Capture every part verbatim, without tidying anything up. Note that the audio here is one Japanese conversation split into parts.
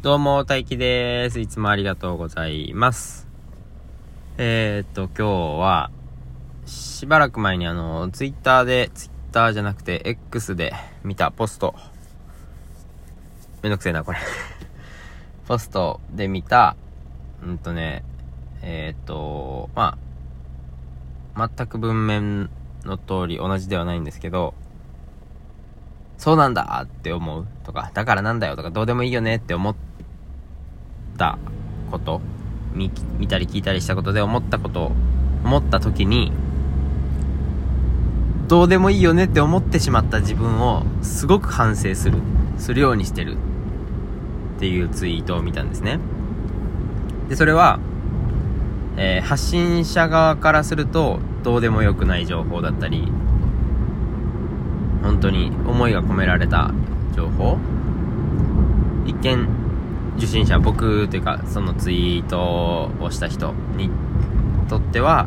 どうも大輝です。いつもありがとうございます。えー、っと今日はしばらく前にあのツイッターでツイッターじゃなくて X で見たポスト、めんどくせえなこれポストで見たうんとねえー、っとまあ全く文面の通り同じではないんですけど、そうなんだって思うとか、だからなんだよとか、どうでもいいよねって思ったこと、 見, 見たり聞いたりしたことで思ったこと思った時に、どうでもいいよねって思ってしまった自分をすごく反省するするようにしてるっていうツイートを見たんですね。でそれは、えー、発信者側からするとどうでもよくない情報だったり、本当に思いが込められた情報、一見受信者、僕というかそのツイートをした人にとっては、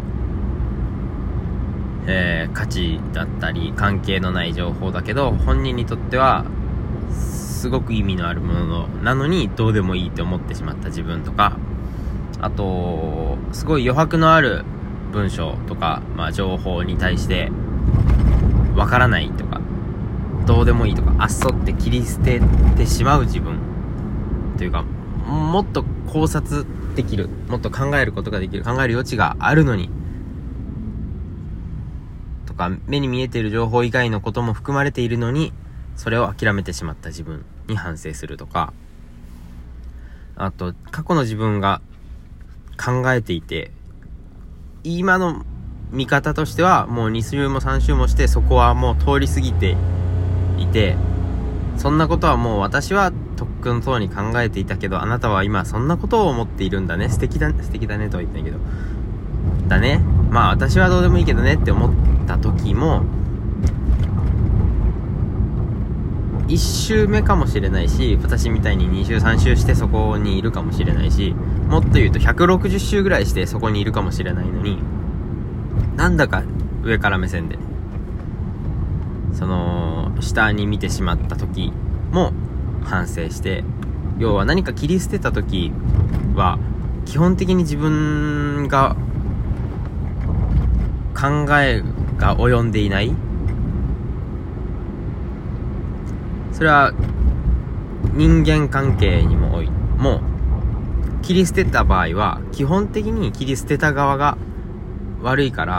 えー、価値だったり関係のない情報だけど、本人にとってはすごく意味のあるものなのにどうでもいいって思ってしまった自分とか、あとすごい余白のある文章とか、まあ、情報に対してわからないとかどうでもいいとか、あっそって切り捨ててしまう自分というか、もっと考察できる、もっと考えることができる、考える余地があるのにとか、目に見えている情報以外のことも含まれているのにそれを諦めてしまった自分に反省するとか、あと過去の自分が考えていて、今の見方としてはもうに週もさん週もしてそこはもう通り過ぎていて、そんなことはもう私はとっくのとおりに考えていたけど、あなたは今そんなことを思っているんだね、素敵だ素敵だねとは言ってないけどだね、まあ私はどうでもいいけどねって思った時もいち週目かもしれないし、私みたいにに週さん週してそこにいるかもしれないし、もっと言うとひゃくろくじゅっ週ぐらいしてそこにいるかもしれないのに、なんだか上から目線でその下に見てしまった時も反省して、要は何か切り捨てた時は基本的に自分が考えが及んでいない、それは人間関係にもおいもう切り捨てた場合は基本的に切り捨てた側が悪いから、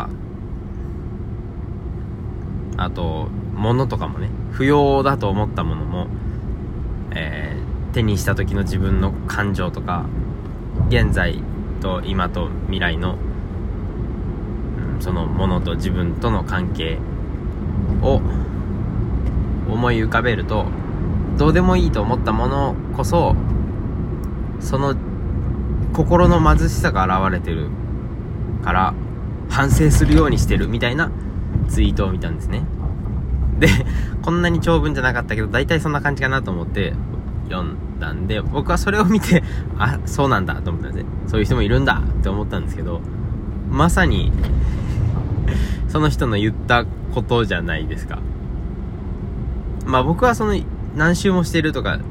あと物とかもね、不要だと思ったものも、えー、手にした時の自分の感情とか、現在と今と未来の、うん、その物と自分との関係を思い浮かべると、どうでもいいと思ったものこそその心の貧しさが現れてるから反省するようにしてるみたいなツイートを見たんですね。でこんなに長文じゃなかったけど大体そんな感じかなと思って読んだんで、僕はそれを見てあ、そうなんだと思ったんですね。そういう人もいるんだって思ったんですけど、まさにその人の言ったことじゃないですか。まあ僕はその何周もしてるとか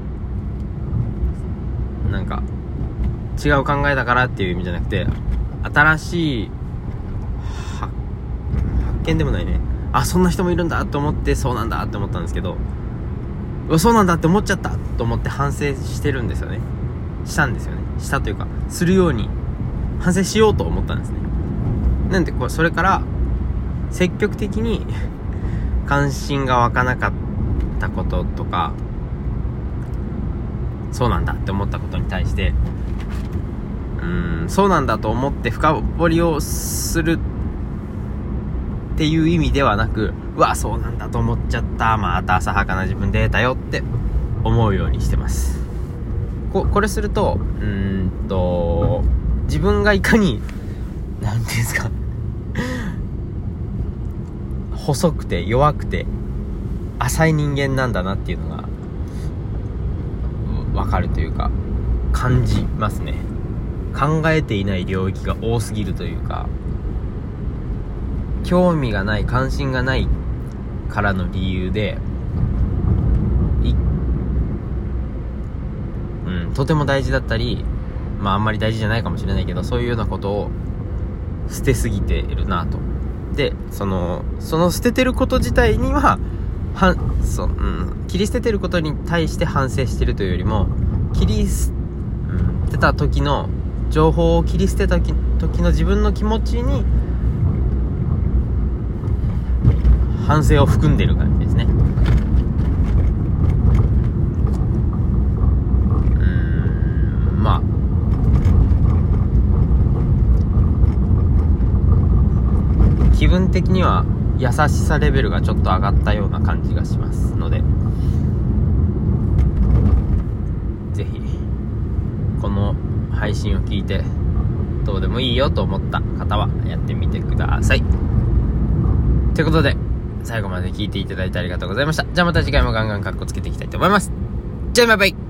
なんか違う考えだからっていう意味じゃなくて、新しい発見でもないね、あ、そんな人もいるんだと思って、そうなんだって思ったんですけど、うわ、そうなんだって思っちゃったと思って反省してるんですよね。したんですよね。したというかするように反省しようと思ったんですね。なんでこうそれから積極的に関心が湧かなかったこととか、そうなんだって思ったことに対して、うーんそうなんだと思って深掘りをするっていう意味ではなく、うわ、そうなんだと思っちゃった、また浅はかな自分出たよって思うようにしてます。 こ, これするとうーんと自分がいかになんていうんですか細くて弱くて浅い人間なんだなっていうのが分かるというか感じますね。考えていない領域が多すぎるというか、興味がない、関心がないからの理由でとても大事だったり、まああんまり大事じゃないかもしれないけど、そういうようなことを捨てすぎているなと。で、そのその捨ててること自体にははそ、うん、切り捨ててることに対して反省してるというよりも、切り捨てた時の情報を切り捨てた時の自分の気持ちに反省を含んでいる感じですね。うーん、まあ気分的には優しさレベルがちょっと上がったような感じがしますので、ぜひこの配信を聞いてどうでもいいよと思った方はやってみてください。ということで、最後まで聞いていただいてありがとうございました。じゃあまた次回もガンガンカッコつけていきたいと思います。じゃあバイバイ。